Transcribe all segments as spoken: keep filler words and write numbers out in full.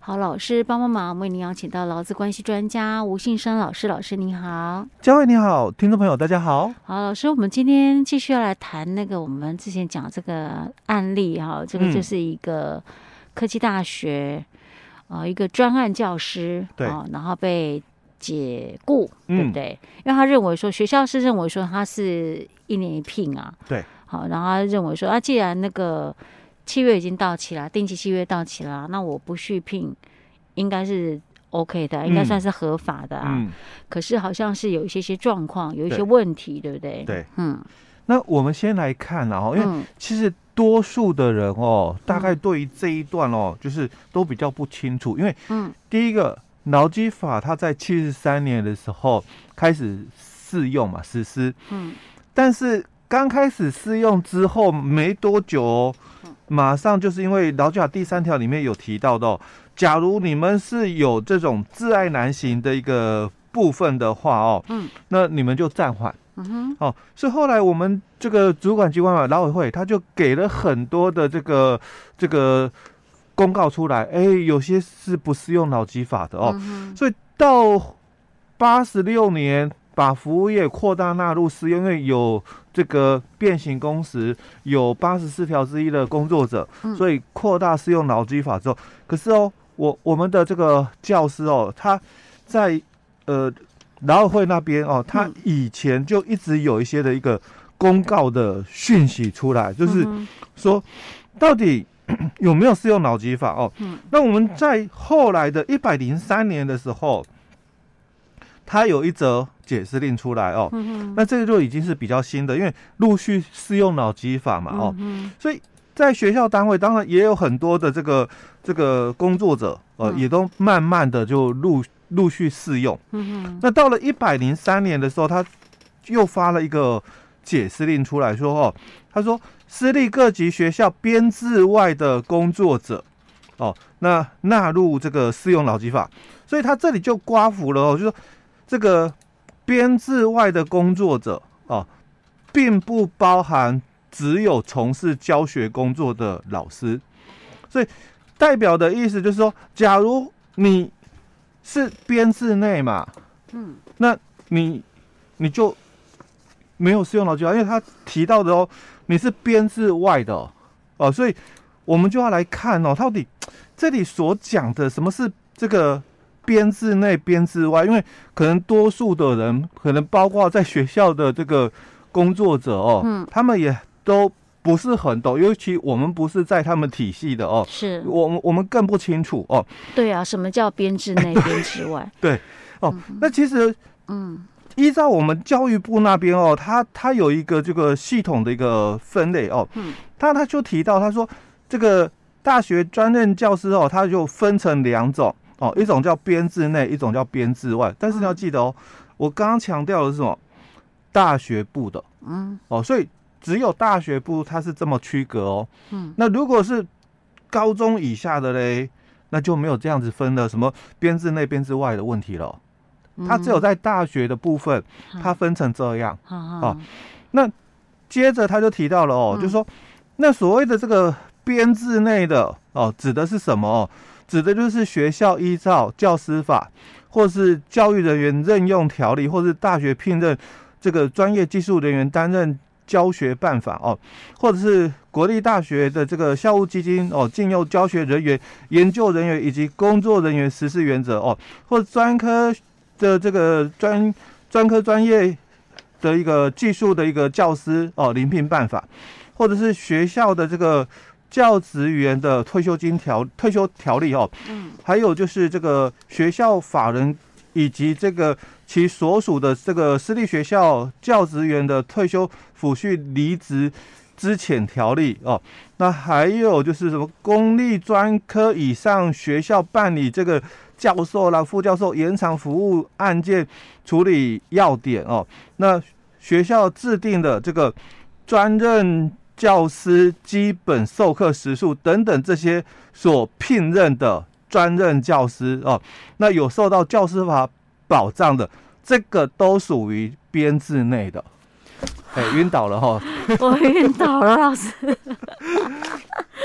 好，老师帮帮忙，为您邀请到劳资关系专家吴信生老师。老师您好。 嘉惠你好，听众朋友大家好。 好，老师，我们今天继续要来谈那个我们之前讲这个案例哈，这个就是一个科技大学、嗯呃、一个专案教师， 对、 哦，然后被解雇，嗯、对不对？因为他认为说学校是认为说他是一年一聘啊， 对， 好，然后他认为说啊，既然那个契约已经到期了，定期契约到期了，那我不续聘应该是 OK 的，应该算是合法的啊。嗯、可是好像是有一些些状况，有一些问题， 对, 对不对？ 对， 嗯。 那我们先来看啊，因为其实多数的人哦，嗯、大概对于这一段哦，就是都比较不清楚，因为嗯，第一个劳基法它在七十三年的时候开始适用嘛，实施，嗯，但是刚开始适用之后没多久哦。马上就是因为劳基法第三条里面有提到的、哦，假如你们是有这种窒碍难行的一个部分的话哦，嗯，那你们就暂缓，嗯哼，哦，所以后来我们这个主管机关嘛，劳委会他就给了很多的这个这个公告出来，哎，有些是不适用劳基法的哦，嗯、所以到八十六年。把服务业扩大纳入适用，因为有这个变形工时，有八十四条之一的工作者，嗯、所以扩大适用劳基法之后，可是哦，我我们的这个教师哦，他在呃劳委会那边哦，他以前就一直有一些的一个公告的讯息出来，就是说到底有没有适用劳基法哦？嗯、那我们在后来的一百零三年的时候。他有一则解释令出来哦，嗯、那这个就已经是比较新的，因为陆续适用劳基法嘛哦，嗯、所以在学校单位当然也有很多的这个这个工作者，呃，嗯、也都慢慢的就陆陆续适用。嗯、那到了一百零三年的时候，他又发了一个解释令出来说哦，他说私立各级学校编制外的工作者哦，那纳入这个适用劳基法，所以他这里就刮胡了哦，就说。这个编制外的工作者哦，并不包含只有从事教学工作的老师，所以代表的意思就是说，假如你是编制内嘛，嗯，那你你就没有适用劳基法，因为他提到的哦，你是编制外的 哦, 哦，所以我们就要来看哦，到底这里所讲的什么是这个。编制内、编制外，因为可能多数的人，可能包括在学校的这个工作者哦，嗯，他们也都不是很懂，尤其我们不是在他们体系的哦， 是我们我们更不清楚哦。 对啊，什么叫编制内、编制外？ 对哦，嗯、那其实嗯，依照我们教育部那边哦，他他有一个这个系统的一个分类哦，嗯，他他就提到他说这个大学专任教师哦，他就分成两种。哦，一种叫编制内，一种叫编制外。但是你要记得哦，嗯、我刚刚强调的是什么？大学部的，嗯，哦，所以只有大学部它是这么区隔哦。嗯，那如果是高中以下的嘞，那就没有这样子分的什么编制内、编制外的问题了。嗯、它只有在大学的部分，它分成这样。嗯、哦，那接着他就提到了哦，嗯、就是说，那所谓的这个编制内的哦，指的是什么哦？指的就是学校依照教师法，或是教育人员任用条例，或是大学聘任这个专业技术人员担任教学办法哦，或者是国立大学的这个校务基金哦，禁用教学人员、研究人员以及工作人员实施原则哦，或者专科的这个专专科专业的一个技术的一个教师哦，遴聘办法，或者是学校的这个。教职员的退休金条退休条例哦，嗯，还有就是这个学校法人以及这个其所属的这个私立学校教职员的退休抚恤离职资遣条例哦，那还有就是什么公立专科以上学校办理这个教授啦、副教授延长服务案件处理要点哦，那学校制定的这个专任。教师基本授课时数等等这些所聘任的专任教师哦，那有受到教师法保障的，这个都属于编制内的。哎，晕倒了哈！ 我晕倒了，老师。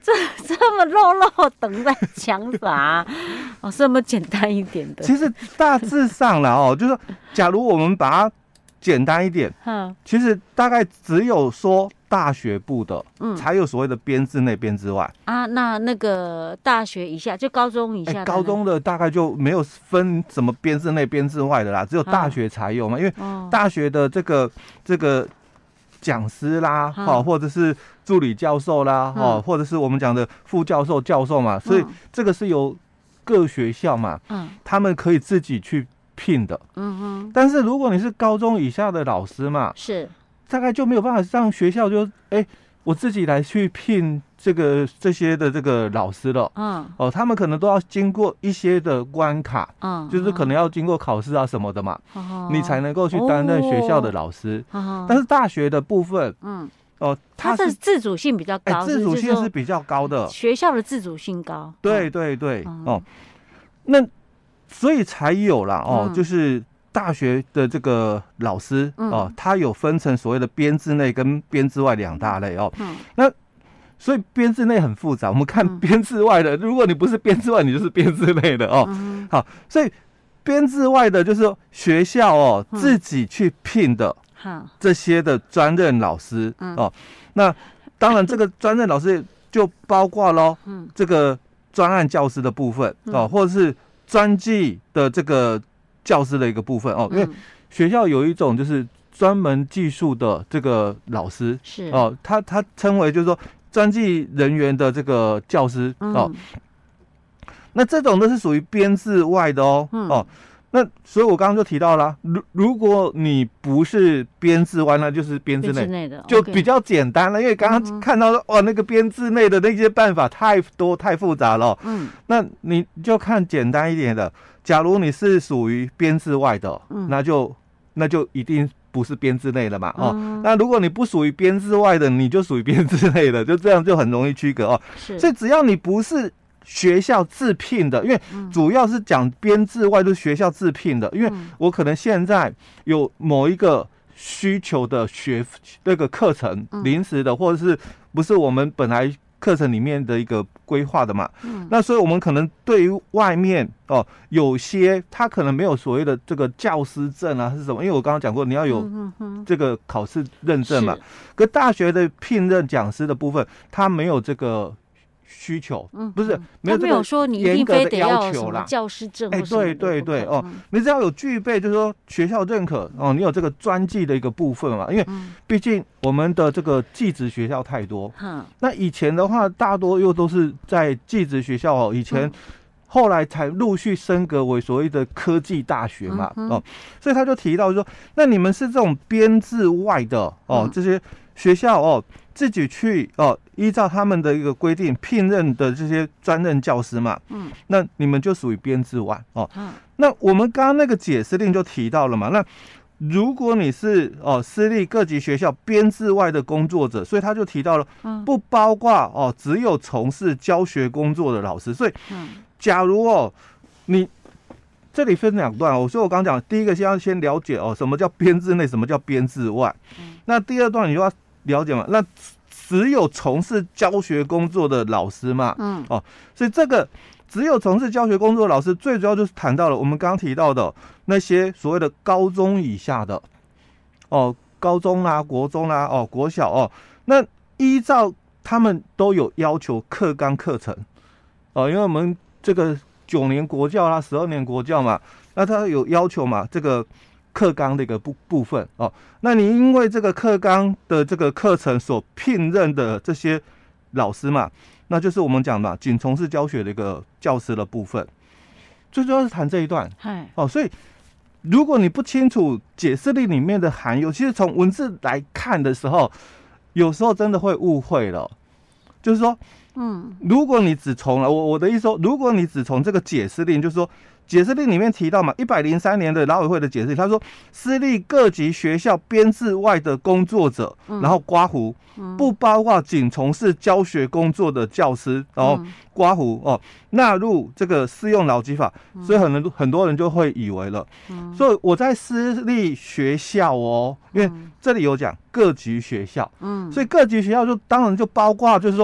这这么肉肉等在讲啥？哦，这么简单一点的。 其实大致上啦哦，就是说假如我们把它简单一点，嗯，其实大概只有说大学部的，嗯，才有所谓的编制内编制外啊。那那个大学以下，就高中以下的、欸， 高中的大概就没有分什么编制内编制外的啦，只有大学才有嘛。因为大学的这个这个讲师啦，哈、嗯，或者是助理教授啦，哈、嗯，或者是我们讲的副教授、教授嘛，所以这个是由各学校嘛，嗯，他们可以自己去聘的，嗯哼。但是如果你是高中以下的老师嘛， 是大概就没有办法让学校就哎、欸，我自己来去聘这个这些的这个老师了，嗯，哦，他们可能都要经过一些的关卡，嗯，就是可能要经过考试啊什么的嘛，嗯，你才能够去担任学校的老师。哦，但是大学的部分，嗯，哦， 它的自主性比较高， 欸、自主性是比较高的， 学校的自主性高， 对对对，嗯、哦，那。所以才有啦哦、嗯，就是大学的这个老师、嗯、哦，他有分成所谓的编制内跟编制外两大类哦。嗯，那所以编制内很复杂，我们看编制外的，嗯、如果你不是编制外，你就是编制内的哦。嗯、好，所以编制外的就是学校哦、嗯、自己去聘的这些的专任老师、嗯、哦。那当然，这个专任老师就包括咯，嗯，这个专案教师的部分哦，或者是专技的这个教师的一个部分哦，因为学校有一种就是专门技术的这个老师是哦，他他称为就是说专技人员的这个教师哦，嗯、那这种都是属于编制外的哦、嗯、哦，那所以我刚刚就提到了，如如果你不是编制外，那就是编制内的，就比较简单了。因为刚刚看到说，哇，那个编制内的那些办法太多太复杂了。嗯，那你就看简单一点的。假如你是属于编制外的，嗯，那就那就一定不是编制内的嘛。哦，嗯、那如果你不属于编制外的，你就属于编制内的，就这样就很容易区隔哦。是，所以只要你不是学校自聘的，因为主要是讲编制外就是学校自聘的，因为我可能现在有某一个需求的学那个课程，临时的或者是不是我们本来课程里面的一个规划的嘛，嗯，那所以我们可能对于外面哦，有些他可能没有所谓的这个教师证啊是什么？因为我刚刚讲过，你要有这个考试认证嘛。可大学的聘任讲师的部分，他没有这个需求，嗯，不是没有这个严格的要求啦， 教师证， 哎，对对对哦，嗯、你只要有具备，就是说学校认可哦，你有这个专技的一个部分嘛，因为毕竟我们的这个技职学校太多，嗯，那以前的话，大多又都是在技职学校哦，以前。嗯后来才陆续升格为所谓的科技大学嘛，嗯、哦，所以他就提到说，那你们是这种编制外的哦，嗯、这些学校哦，自己去哦，依照他们的一个规定聘任的这些专任教师嘛，嗯，那你们就属于编制外哦。嗯、那我们刚刚那个解释令就提到了嘛，那如果你是哦私立各级学校编制外的工作者，所以他就提到了，嗯、不包括哦只有从事教学工作的老师，所以，嗯。假如哦，你这里分两段哦，所以我刚刚讲，第一个先要先了解哦，什么叫编制内，什么叫编制外。嗯、那第二段你就要了解嘛，那只有从事教学工作的老师嘛，嗯，哦，所以这个只有从事教学工作的老师，最主要就是谈到了我们刚刚提到的那些所谓的高中以下的，哦，高中啦、国中啦、哦、国小哦，那依照他们都有要求课纲课程，哦，因为我们这个九年国教啦，十二年国教嘛，那他有要求嘛，这个课纲的一个部部分哦。那你因为这个课纲的这个课程所聘任的这些老师嘛，那就是我们讲嘛，仅从事教学的一个教师的部分，最主要是谈这一段。哦，所以如果你不清楚解释令里面的含义，其实从文字来看的时候，有时候真的会误会了，就是说。嗯，如果你只从了我我的意思说，如果你只从这个解释令，就是说解释令里面提到嘛，一百零三年的劳委会的解释令，他说私立各级学校编制外的工作者，嗯、然后刮胡，嗯、不包括仅从事教学工作的教师，然后刮胡哦，纳入这个适用劳基法，所以很多很多人就会以为了，嗯、所以我在私立学校哦，因为这里有讲各级学校，嗯，所以各级学校就当然就包括就是说。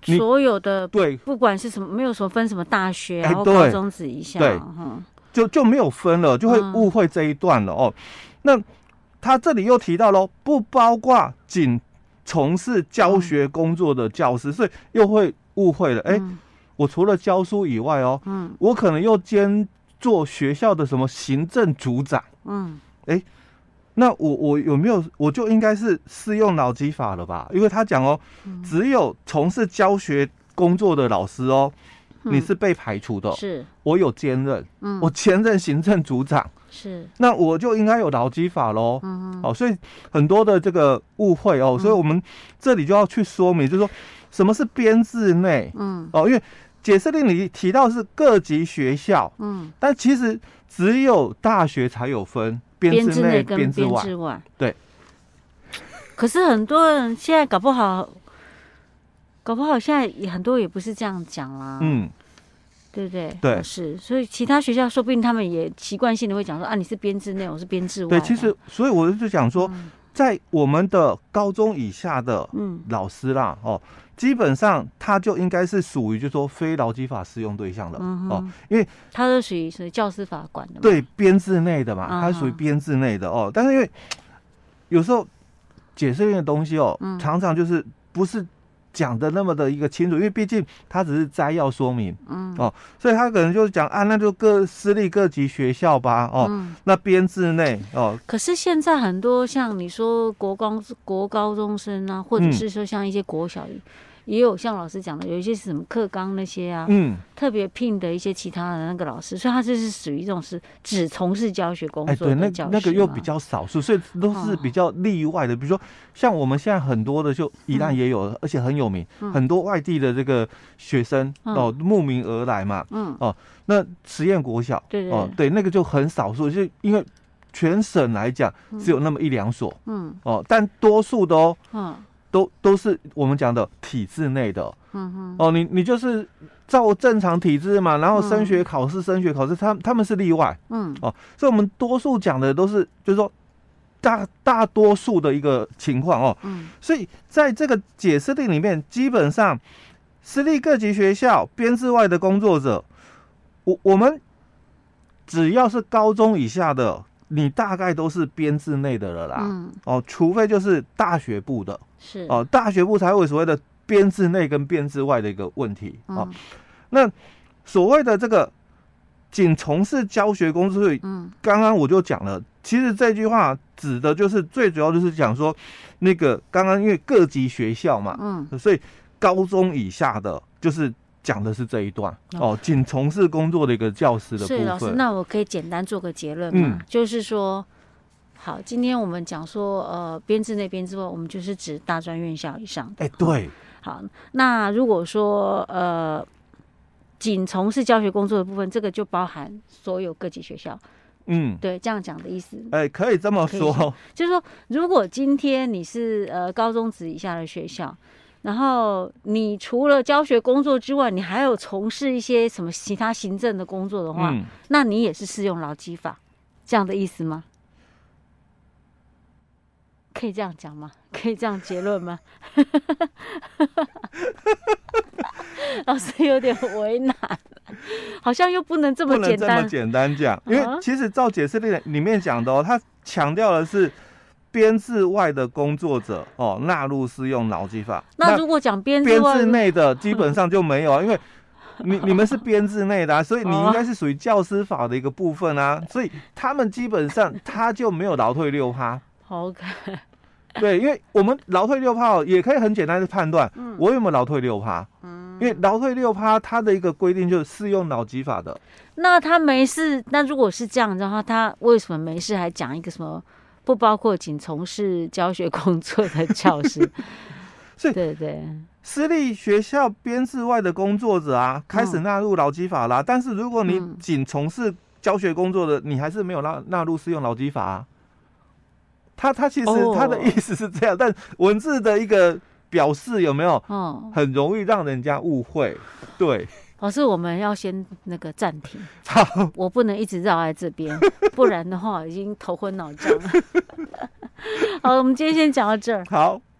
所有的对， 不管是什么，没有说分什么大学啊， 哎、 或高中职以下， 对， 嗯、 就就没有分了，就会误会这一段了哦。嗯、那他这里又提到了，不包括仅从事教学工作的教师，嗯、所以又会误会了。哎、欸，嗯、我除了教书以外哦，嗯，我可能又兼做学校的什么行政组长，嗯，哎、欸。那我我有没有我就应该是适用劳基法了吧？因为他讲哦，嗯、只有从事教学工作的老师哦，嗯、你是被排除的。是，我有兼任，嗯，我兼任行政组长，是，那我就应该有劳基法喽。嗯，哦，所以很多的这个误会哦，嗯、所以我们这里就要去说明，就是说什么是编制内，嗯，哦，因为解释令里提到是各级学校，嗯，但其实只有大学才有分。 编制内跟编制外， 对。 可是很多人现在搞不好，搞不好现在也很多也不是这样讲啦，嗯，对不对？ 对， 是，所以其他学校说不定他们也习惯性的会讲说啊，你是编制内，我是编制外。 对，其实所以我就讲说，嗯、在我们的高中以下的老师啦，嗯、哦。基本上，他就应该是属于，就是说非劳基法适用对象了、嗯、哦，因为他是属于是教师法管的嘛， 对，编制内的嘛，他是属于编制内的哦。但是因为有时候解释令的东西哦，嗯、常常就是不是讲的那么的一个清楚，因为毕竟他只是摘要说明，嗯哦，所以他可能就是讲啊，那就各私立各级学校吧，哦，嗯、那编制内哦。 可是现在很多像你说国高国高中生啊，或者是说像一些国小。嗯也有像老师讲的，有一些是什么课纲那些啊，嗯，特别聘的一些其他的那个老师，所以他这是属于这种是只从事教学工作的教师、哎、 对，那那个又比较少数，所以都是比较例外的。哦、比如说像我们现在很多的，就宜兰也有，嗯、而且很有名，嗯、很多外地的这个学生、嗯、哦慕名而来嘛，嗯哦，那实验国小，对对哦对，那个就很少数，就因为全省来讲只有那么一两所，嗯哦，但多数的哦，嗯。都都是我们讲的体制内的，嗯哼，哦，你你就是照正常体制嘛，然后升学考试、升学考试，他他们是例外，嗯，哦，所以我们多数讲的都是，就是说大大多数的一个情况哦，嗯，所以在这个解释令里面，基本上私立各级学校编制外的工作者，我我们只要是高中以下的，你大概都是编制内的了啦，嗯，哦，除非就是大学部的。是哦，大学部才会有所谓的编制内跟编制外的一个问题啊、嗯哦。那所谓的这个仅从事教学工作，嗯，刚刚我就讲了，其实这句话指的就是最主要就是讲说，那个刚刚因为各级学校嘛，嗯，所以高中以下的，就是讲的是这一段哦，仅从事工作的一个教师的部分。 是老师，那我可以简单做个结论嘛，嗯、就是说。好，今天我们讲说，呃，编制内、编制外，我们就是指大专院校以上的。 哎、欸，对。 好，那如果说，呃，仅从事教学工作的部分，这个就包含所有各级学校。嗯，对，这样讲的意思。 哎、欸，可以这么说。 就是说，如果今天你是呃高中职以下的学校，然后你除了教学工作之外，你还有从事一些什么其他行政的工作的话，嗯、那你也是适用劳基法，这样的意思吗？可以这样讲吗？可以这样结论吗？老师有点为难，好像又不能这么简单，不能这么简单讲，因为其实照解释令里面讲的哦，他强调的是编制外的工作者哦纳入适用劳基法。 那如果讲编制编制内的，基本上就没有，因为你你们是编制内的、啊，所以你应该是属于教师法的一个部分啊，所以他们基本上他就没有劳退六趴。 OK， 对，因为我们劳退六趴也可以很简单的判断，嗯、我有没有劳退六趴？嗯，因为劳退六趴它的一个规定就是适用劳基法的。 那他没事，那如果是这样的话，他为什么没事还讲一个什么不包括仅从事教学工作的教师？ 所以对对， 私立学校编制外的工作者啊，开始纳入劳基法啦。嗯、但是如果你仅从事教学工作的，你还是没有纳纳入适用劳基法啊。他他其实他的意思是这样， oh. 但文字的一个表示有没有？哦，很容易让人家误会。对， 老师，我们要先那个暂停。 好， 我不能一直绕在这边，不然的话已经头昏脑胀了。好，我们今天先讲到这儿。 好。